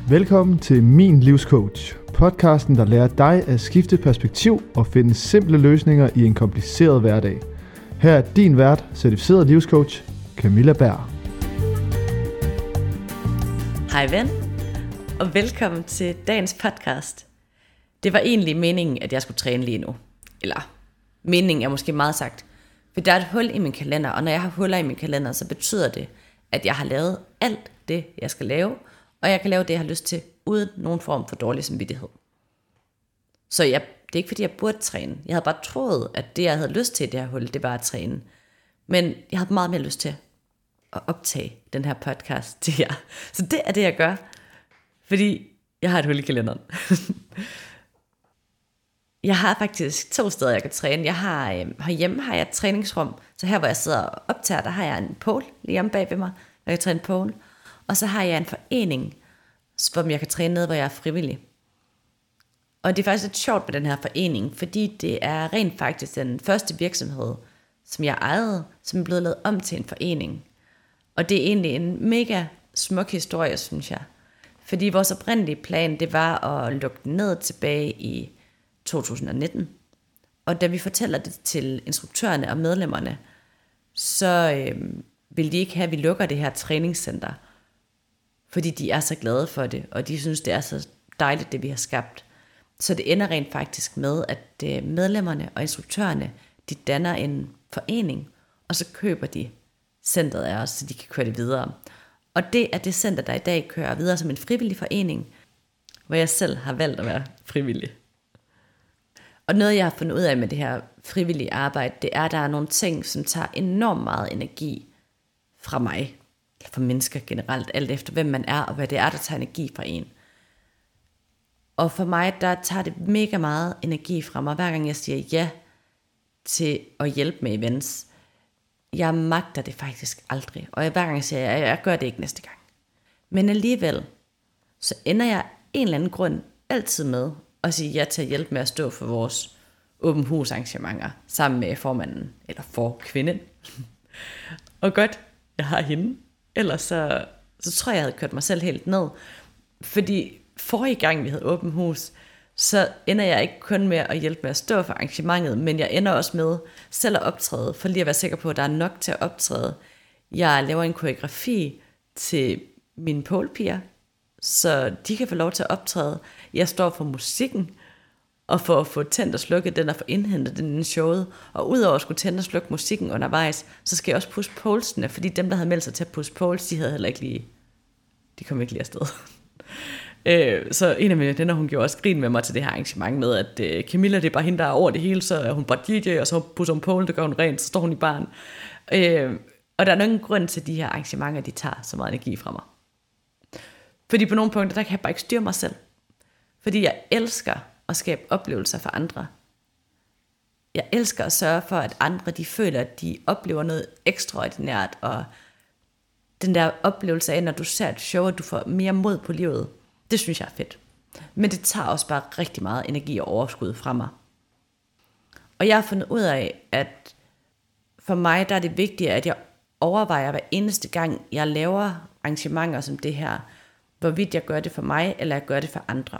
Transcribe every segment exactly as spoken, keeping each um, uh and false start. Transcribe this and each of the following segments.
Velkommen til Min Livscoach, podcasten, der lærer dig at skifte perspektiv og finde simple løsninger i en kompliceret hverdag. Her er din vært, certificeret livscoach, Camilla Berg. Hej ven, og velkommen til dagens podcast. Det var egentlig meningen, at jeg skulle træne lige nu. Eller, meningen er måske meget sagt. For der er et hul i min kalender, og når jeg har huller i min kalender, så betyder det, at jeg har lavet alt det, jeg skal lave, og jeg kan lave det, jeg har lyst til, uden nogen form for dårlig samvittighed. Så jeg, det er ikke fordi, jeg burde træne. Jeg havde bare troet, at det, jeg havde lyst til i det her hul, det var at træne. Men jeg havde meget mere lyst til at optage den her podcast til jer. Så det er det, jeg gør, fordi jeg har et hul i kalenderen. Jeg har faktisk to steder, jeg kan træne. Jeg har, øh, herhjemme har jeg et træningsrum, så her, hvor jeg sidder og optager, der har jeg en pole lige om bag ved mig, hvor jeg kan træne pole. Og så har jeg en forening, som jeg kan træne ned, hvor jeg er frivillig. Og det er faktisk lidt sjovt med den her forening, fordi det er rent faktisk den første virksomhed, som jeg ejede, som er blevet lavet om til en forening. Og det er egentlig en mega smuk historie, synes jeg. Fordi vores oprindelige plan, det var at lukke den ned tilbage i to tusind nitten. Og da vi fortæller det til instruktørerne og medlemmerne, så øh, vil de ikke have, at vi lukker det her træningscenter. Fordi de er så glade for det, og de synes, det er så dejligt, det vi har skabt. Så det ender rent faktisk med, at medlemmerne og instruktørerne, de danner en forening, og så køber de centret af os, så de kan køre det videre. Og det er det center, der i dag kører videre som en frivillig forening, hvor jeg selv har valgt at være frivillig. Og noget, jeg har fundet ud af med det her frivillige arbejde, det er, at der er nogle ting, som tager enormt meget energi fra mig, eller fra mennesker generelt, alt efter hvem man er, og hvad det er, der tager energi fra en. Og for mig, der tager det mega meget energi fra mig, hver gang jeg siger ja til at hjælpe med events. Jeg magter det faktisk aldrig, og hver gang jeg siger ja, jeg gør det ikke næste gang. Men alligevel, så ender jeg en eller anden grund altid med at sige ja til at hjælpe med at stå for vores åben hus arrangementer, sammen med formanden, eller for kvinden. Og godt, jeg har hende. Ellers så, så tror jeg, jeg havde kørt mig selv helt ned. Fordi forrige gang, vi havde åbent hus, så ender jeg ikke kun med at hjælpe med at stå for arrangementet, men jeg ender også med selv at optræde, for lige at være sikker på, at der er nok til at optræde. Jeg laver en koreografi til mine polepiger, så de kan få lov til at optræde. Jeg står for musikken, og for at få tændt og slukket den, og få indhentet den i showet. Og udover at skulle tænde og slukke musikken undervejs, så skal jeg også pusse polsene, fordi dem, der havde meldt sig til at pusse pols, de havde heller ikke lige, de kom ikke lige afsted. Så en af mine venner, hun gjorde også grin med mig til det her arrangement med, at Camilla, det er bare hende, der er over det hele, så er hun bare D J, og så pusser hun pole, det gør hun rent, så står hun i baren. Og der er nogen grund til, at de her arrangementer, de tager så meget energi fra mig. Fordi på nogle punkter, der kan jeg bare ikke styre mig selv. Fordi jeg elsker at skabe oplevelser for andre. Jeg elsker at sørge for, at andre, de føler, at de oplever noget ekstraordinært, og den der oplevelse af, når du ser et show, at du får mere mod på livet, det synes jeg er fedt. Men det tager også bare rigtig meget energi og overskud fra mig. Og jeg har fundet ud af, at for mig, der er det vigtigt, at jeg overvejer hver eneste gang, jeg laver arrangementer som det her, hvorvidt jeg gør det for mig, eller jeg gør det for andre.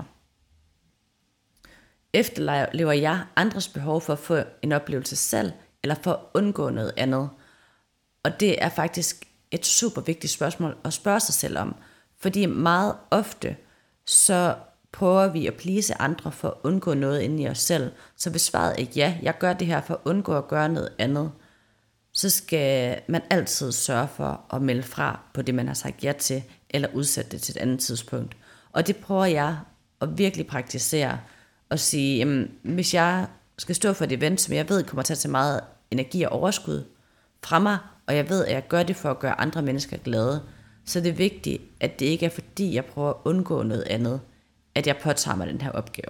Efterlever jeg andres behov for at få en oplevelse selv, eller for at undgå noget andet? Og det er faktisk et super vigtigt spørgsmål at spørge sig selv om, fordi meget ofte, så prøver vi at please andre for at undgå noget inde i os selv. Så hvis svaret er ja, jeg gør det her for at undgå at gøre noget andet, så skal man altid sørge for at melde fra på det, man har sagt ja til, eller udsætte det til et andet tidspunkt. Og det prøver jeg at virkelig praktisere, og sige, jamen, hvis jeg skal stå for et event, som jeg ved kommer til at tage meget energi og overskud fra mig, og jeg ved, at jeg gør det for at gøre andre mennesker glade, så det er vigtigt, at det ikke er fordi, jeg prøver at undgå noget andet, at jeg påtager mig den her opgave.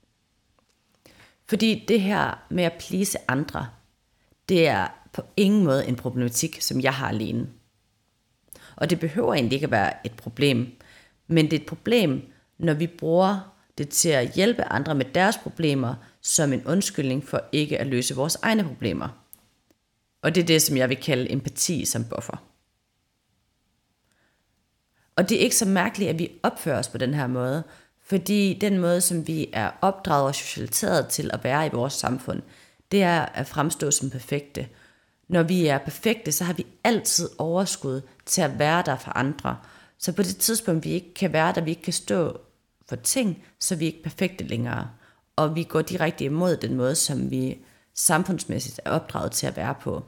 Fordi det her med at please andre, det er på ingen måde en problematik, som jeg har alene. Og det behøver egentlig ikke at være et problem, men det er et problem, når vi bruger det til at hjælpe andre med deres problemer, som en undskyldning for ikke at løse vores egne problemer. Og det er det, som jeg vil kalde empati som buffer. Og det er ikke så mærkeligt, at vi opfører os på den her måde, fordi den måde, som vi er opdraget og socialiseret til at være i vores samfund, det er at fremstå som perfekte. Når vi er perfekte, så har vi altid overskud til at være der for andre. Så på det tidspunkt, vi ikke kan være der, vi ikke kan stå for ting, så er vi ikke perfekte længere. Og vi går direkte imod den måde, som vi samfundsmæssigt er opdraget til at være på.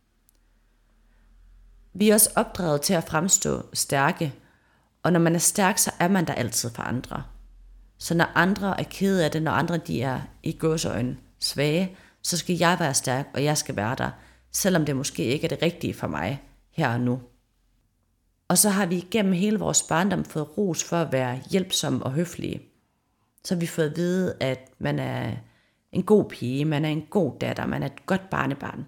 Vi er også opdraget til at fremstå stærke, og når man er stærk, så er man der altid for andre. Så når andre er kede af det, når andre de er i gåseøjne svage, så skal jeg være stærk, og jeg skal være der, selvom det måske ikke er det rigtige for mig her og nu. Og så har vi igennem hele vores barndom fået ros for at være hjælpsomme og høflige. Så har vi fået at vide, at man er en god pige, man er en god datter, man er et godt barnebarn.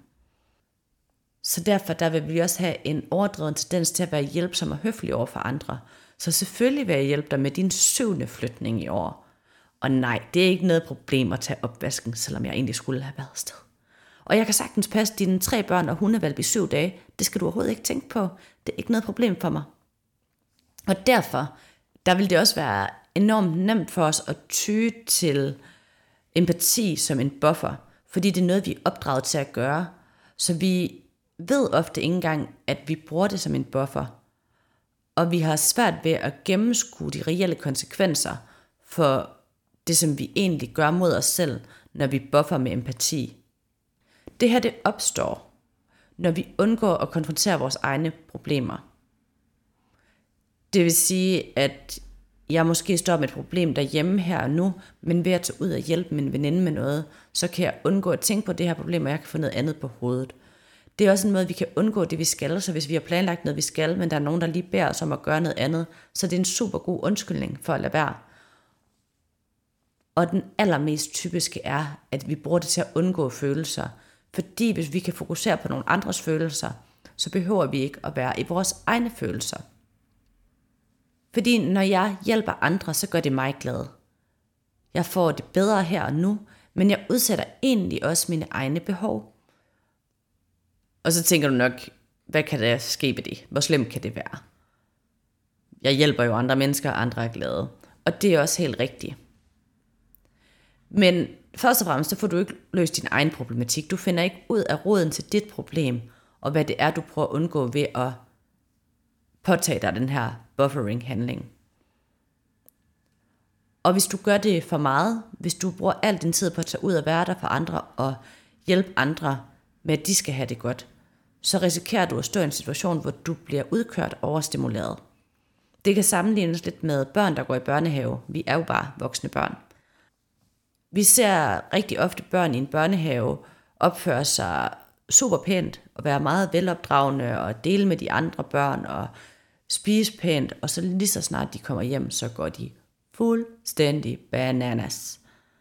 Så derfor der vil vi også have en overdreven tendens til at være hjælpsom og høflig over for andre. Så selvfølgelig vil jeg hjælpe dig med din syvende flytning i år. Og nej, det er ikke noget problem at tage opvasken, selvom jeg egentlig skulle have været afsted. Og jeg kan sagtens passe dine tre børn og hundevalp i syv dage. Det skal du overhovedet ikke tænke på. Det er ikke noget problem for mig. Og derfor, der vil det også være enormt nemt for os at ty til empati som en buffer. Fordi det er noget, vi er opdraget til at gøre. Så vi ved ofte ikke engang, at vi bruger det som en buffer. Og vi har svært ved at gennemskue de reelle konsekvenser for det, som vi egentlig gør mod os selv, når vi buffer med empati. Det her, det opstår, når vi undgår at konfrontere vores egne problemer. Det vil sige, at jeg måske står med et problem derhjemme her og nu, men ved at tage ud og hjælpe min veninde med noget, så kan jeg undgå at tænke på det her problem, og jeg kan få noget andet på hovedet. Det er også en måde, vi kan undgå det, vi skal, så hvis vi har planlagt noget, vi skal, men der er nogen, der lige beder os om at gøre noget andet, så det er en super god undskyldning for at lade være. Og den allermest typiske er, at vi bruger det til at undgå følelser. Fordi hvis vi kan fokusere på nogle andres følelser, så behøver vi ikke at være i vores egne følelser. Fordi når jeg hjælper andre, så gør det mig glad. Jeg får det bedre her og nu, men jeg udsætter egentlig også mine egne behov. Og så tænker du nok, hvad kan der ske ved det? Hvor slemt kan det være? Jeg hjælper jo andre mennesker, og andre er glade. Og det er også helt rigtigt. Men først og fremmest, så får du ikke løst din egen problematik. Du finder ikke ud af roden til dit problem, og hvad det er, du prøver at undgå ved at påtage dig den her buffering-handling. Og hvis du gør det for meget, hvis du bruger al din tid på at tage ud og være der for andre, og hjælpe andre med, at de skal have det godt, så risikerer du at stå i en situation, hvor du bliver udkørt og overstimuleret. Det kan sammenlignes lidt med børn, der går i børnehave. Vi er jo bare voksne børn. Vi ser rigtig ofte børn i en børnehave opføre sig super pænt og være meget velopdragende og dele med de andre børn og spise pænt, og så lige så snart de kommer hjem, så går de fuldstændig bananas.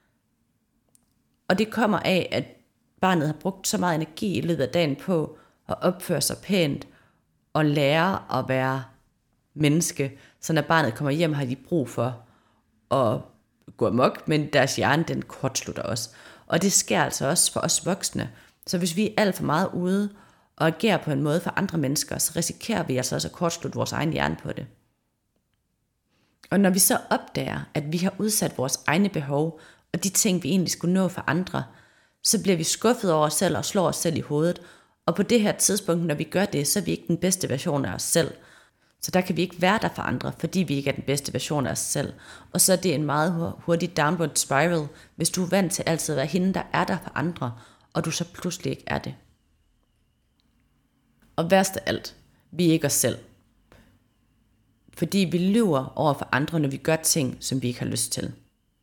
Og det kommer af, at barnet har brugt så meget energi i løbet af dagen på at opføre sig pænt og lære at være menneske, så når barnet kommer hjem, har de brug for at gå amok, men deres hjerne, den kortslutter også. Og det sker altså også for os voksne. Så hvis vi er alt for meget ude og agerer på en måde for andre mennesker, så risikerer vi altså også at kortslutte vores egen hjerne på det. Og når vi så opdager, at vi har udsat vores egne behov, og de ting, vi egentlig skulle nå for andre, så bliver vi skuffet over os selv og slår os selv i hovedet. Og på det her tidspunkt, når vi gør det, så er vi ikke den bedste version af os selv. Så der kan vi ikke være der for andre, fordi vi ikke er den bedste version af os selv. Og så er det en meget hurtig downward spiral, hvis du er vant til altid at være hende, der er der for andre, og du så pludselig ikke er det. Og værst af alt, vi er ikke os selv. Fordi vi lyver over for andre, når vi gør ting, som vi ikke har lyst til.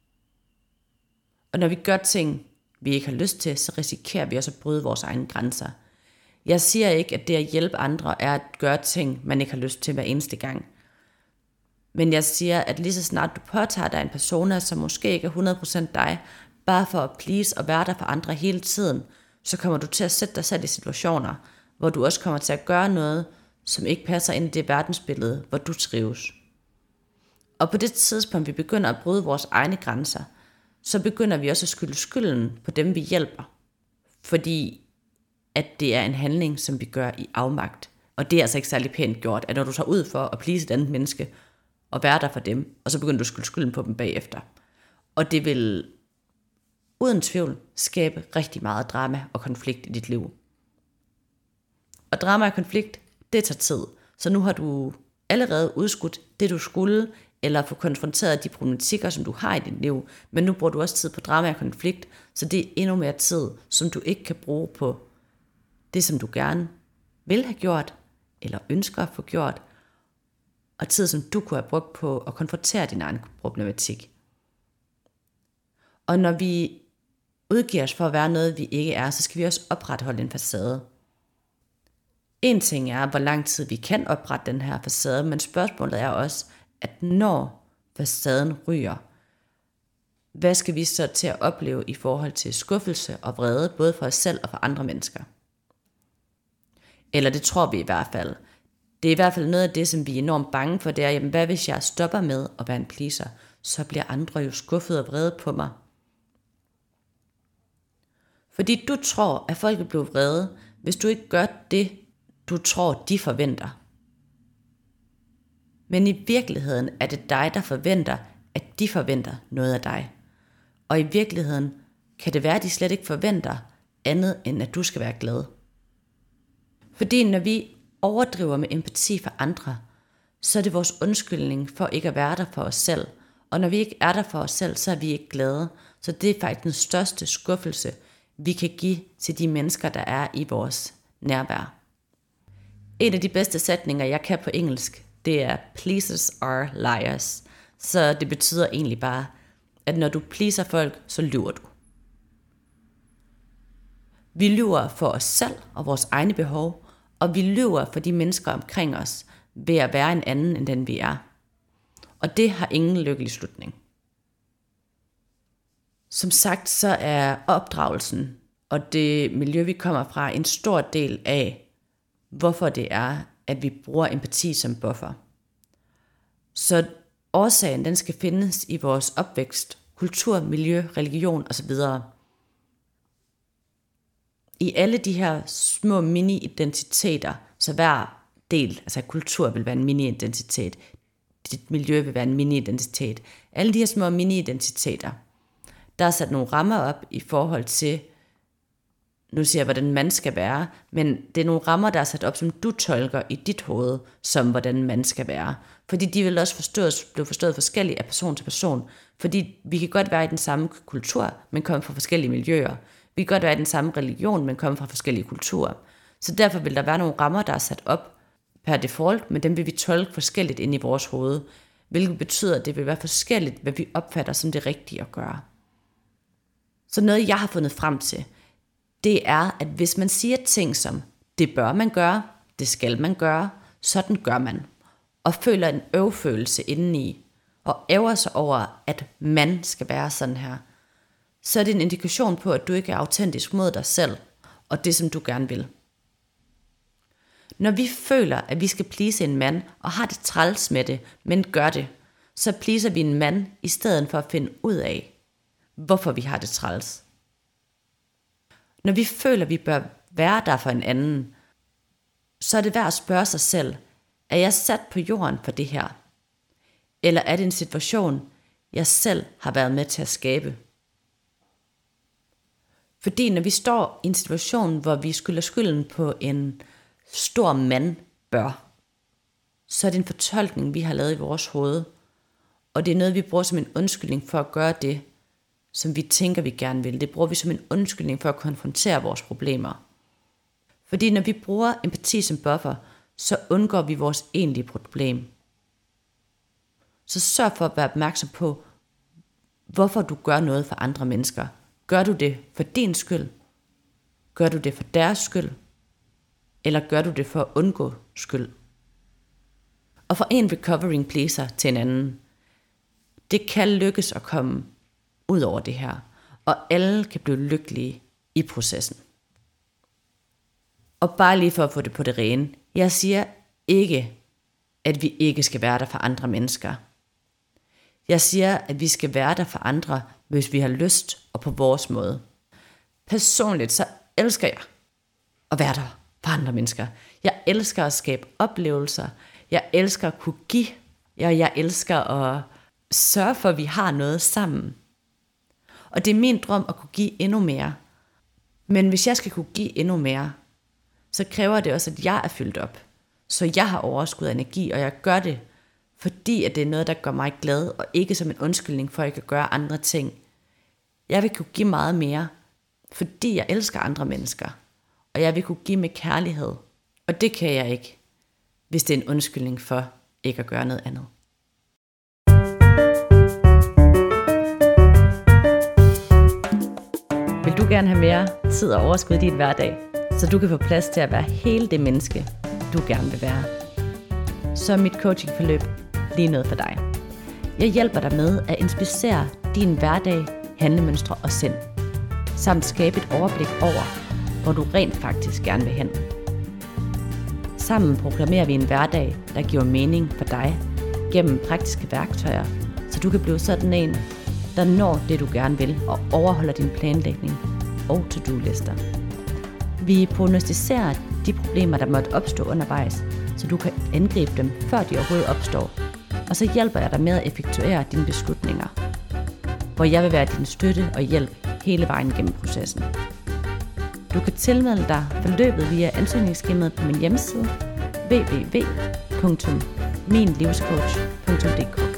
Og når vi gør ting, vi ikke har lyst til, så risikerer vi også at bryde vores egne grænser. Jeg siger ikke, at det at hjælpe andre er at gøre ting, man ikke har lyst til hver eneste gang. Men jeg siger, at lige så snart du påtager dig en persona, som måske ikke er hundrede procent dig, bare for at please og være der for andre hele tiden, så kommer du til at sætte dig selv i situationer, hvor du også kommer til at gøre noget, som ikke passer ind i det verdensbillede, hvor du trives. Og på det tidspunkt, vi begynder at bryde vores egne grænser, så begynder vi også at skylde skylden på dem, vi hjælper. Fordi at det er en handling, som vi gør i afmagt, Og det er altså ikke særlig pænt gjort, at når du tager ud for at please et andet menneske, og være der for dem, og så begynder du at skylde skylden på dem bagefter. Og det vil uden tvivl skabe rigtig meget drama og konflikt i dit liv. Og drama og konflikt, det tager tid. Så nu har du allerede udskudt det, du skulle, eller få konfronteret de problematikker, som du har i dit liv, men nu bruger du også tid på drama og konflikt, så det er endnu mere tid, som du ikke kan bruge på det, som du gerne vil have gjort, eller ønsker at få gjort, og tid, som du kunne have brugt på at konfrontere din egen problematik. Og når vi udgiver os for at være noget, vi ikke er, så skal vi også opretholde en facade. En ting er, hvor lang tid vi kan oprette den her facade, men spørgsmålet er også, at når facaden ryger, hvad skal vi så til at opleve i forhold til skuffelse og vrede, både for os selv og for andre mennesker? Eller det tror vi i hvert fald. Det er i hvert fald noget af det, som vi er enormt bange for, det er, jamen, hvad hvis jeg stopper med at være en pleaser? Så bliver andre jo skuffet og vrede på mig. Fordi du tror, at folk bliver vrede, hvis du ikke gør det, du tror, de forventer. Men i virkeligheden er det dig, der forventer, at de forventer noget af dig. Og i virkeligheden kan det være, at de slet ikke forventer andet, end at du skal være glad. Fordi når vi overdriver med empati for andre, så er det vores undskyldning for ikke at være der for os selv. Og når vi ikke er der for os selv, så er vi ikke glade. Så det er faktisk den største skuffelse, vi kan give til de mennesker, der er i vores nærvær. En af de bedste sætninger, jeg kan på engelsk, det er pleasers are liars. Så det betyder egentlig bare, at når du pleaser folk, så lyver du. Vi lyver for os selv og vores egne behov, og vi lyver for de mennesker omkring os ved at være en anden end den vi er. Og det har ingen lykkelig slutning. Som sagt, så er opdragelsen og det miljø, vi kommer fra, en stor del af, hvorfor det er, at vi bruger empati som buffer. Så årsagen, den skal findes i vores opvækst, kultur, miljø, religion osv. I alle de her små mini-identiteter, så hver del, altså kultur vil være en mini-identitet, dit miljø vil være en mini-identitet. Alle de her små mini-identiteter, der er sat nogle rammer op i forhold til, nu siger jeg, hvordan man skal være, men det er nogle rammer, der er sat op, som du tolker i dit hoved, som hvordan man skal være. Fordi de vil også forstås, blive forstået forskelligt af person til person. Fordi vi kan godt være i den samme kultur, men komme fra forskellige miljøer. Vi kan godt være i den samme religion, men komme fra forskellige kulturer. Så derfor vil der være nogle rammer, der er sat op per default, men dem vil vi tolke forskelligt ind i vores hoved. Hvilket betyder, at det vil være forskelligt, hvad vi opfatter som det rigtige at gøre. Så noget, jeg har fundet frem til, det er, at hvis man siger ting som, det bør man gøre, det skal man gøre, sådan gør man, og føler en øvfølelse indeni, og ærger sig over, at man skal være sådan her, så er det en indikation på, at du ikke er autentisk mod dig selv, og det, som du gerne vil. Når vi føler, at vi skal please en mand, og har det træls med det, men gør det, så pleaser vi en mand, i stedet for at finde ud af, hvorfor vi har det træls. Når vi føler, at vi bør være der for en anden, så er det værd at spørge sig selv, er jeg sat på jorden for det her? Eller er det en situation, jeg selv har været med til at skabe? Fordi når vi står i en situation, hvor vi skylder skylden på en stor mand bør, så er det en fortolkning, vi har lavet i vores hoved. Og det er noget, vi bruger som en undskyldning for at gøre det, som vi tænker, vi gerne vil. Det bruger vi som en undskyldning for at konfrontere vores problemer. Fordi når vi bruger empati som buffer, så undgår vi vores egentlige problem. Så sørg for at være opmærksom på, hvorfor du gør noget for andre mennesker. Gør du det for din skyld? Gør du det for deres skyld? Eller gør du det for at undgå skyld? Og for en recovering pleaser til en anden, det kan lykkes at komme ud over det her, og alle kan blive lykkelige i processen. Og bare lige for at få det på det rene, jeg siger ikke, at vi ikke skal være der for andre mennesker. Jeg siger, at vi skal være der for andre, hvis vi har lyst og på vores måde. Personligt så elsker jeg at være der for andre mennesker. Jeg elsker at skabe oplevelser. Jeg elsker at kunne give. Og jeg elsker at sørge for, at vi har noget sammen. Og det er min drøm at kunne give endnu mere. Men hvis jeg skal kunne give endnu mere, så kræver det også, at jeg er fyldt op. Så jeg har overskud af energi, og jeg gør det, fordi at det er noget, der gør mig glad, og ikke som en undskyldning for, at jeg kan gøre andre ting. Jeg vil kunne give meget mere, fordi jeg elsker andre mennesker. Og jeg vil kunne give med kærlighed. Og det kan jeg ikke, hvis det er en undskyldning for ikke at gøre noget andet. Vil du gerne have mere tid og overskud i din hverdag, så du kan få plads til at være hele det menneske, du gerne vil være? Så er mit coachingforløb lige noget for dig. Jeg hjælper dig med at inspicere din hverdag, handlemønstre og sind, samt skabe et overblik over, hvor du rent faktisk gerne vil hen. Sammen proklamerer vi en hverdag, der giver mening for dig gennem praktiske værktøjer, så du kan blive sådan en, der når det du gerne vil og overholder din planlægning og to-do-lister. Vi prognostiserer de problemer, der måtte opstå undervejs, så du kan angribe dem, før de overhovedet opstår. Og så hjælper jeg dig med at effektuere dine beslutninger, hvor jeg vil være din støtte og hjælp hele vejen gennem processen. Du kan tilmelde dig forløbet via ansøgningsskemaet på min hjemmeside w w w punktum min livscoach punktum d k.